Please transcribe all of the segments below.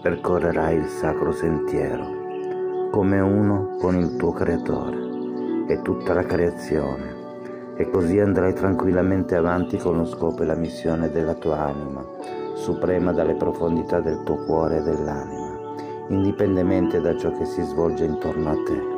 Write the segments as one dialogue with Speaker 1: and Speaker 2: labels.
Speaker 1: percorrerai il sacro sentiero, come uno con il tuo creatore e tutta la creazione, e così andrai tranquillamente avanti con lo scopo e la missione della tua anima, suprema dalle profondità del tuo cuore e dell'anima, indipendentemente da ciò che si svolge intorno a te.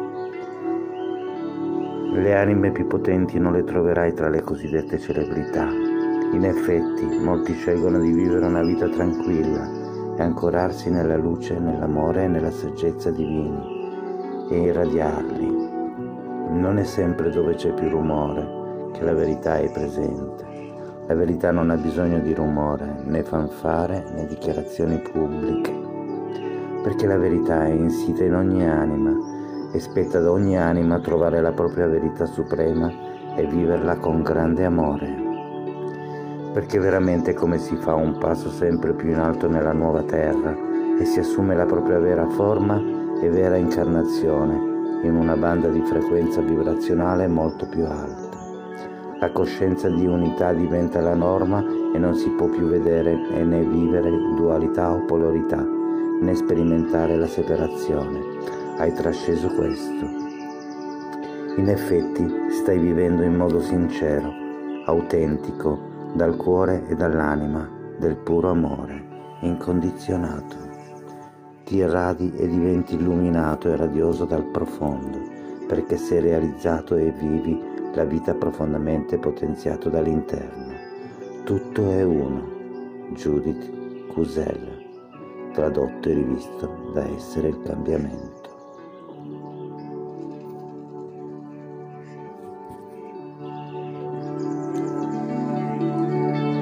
Speaker 1: Le anime più potenti non le troverai tra le cosiddette celebrità. In effetti, molti scelgono di vivere una vita tranquilla e ancorarsi nella luce, nell'amore e nella saggezza divini e irradiarli. Non è sempre dove c'è più rumore che la verità è presente. La verità non ha bisogno di rumore, né fanfare, né dichiarazioni pubbliche, perché la verità è insita in ogni anima e spetta ad ogni anima trovare la propria verità suprema e viverla con grande amore. Perché veramente come si fa un passo sempre più in alto nella nuova terra e si assume la propria vera forma e vera incarnazione in una banda di frequenza vibrazionale molto più alta. La coscienza di unità diventa la norma e non si può più vedere e né vivere dualità o polarità, né sperimentare la separazione. Hai trasceso questo. In effetti stai vivendo in modo sincero, autentico, dal cuore e dall'anima, del puro amore, incondizionato. Ti irradi e diventi illuminato e radioso dal profondo, perché sei realizzato e vivi la vita profondamente potenziato dall'interno. Tutto è uno. Judith Cusel, tradotto e rivisto da Essere il Cambiamento.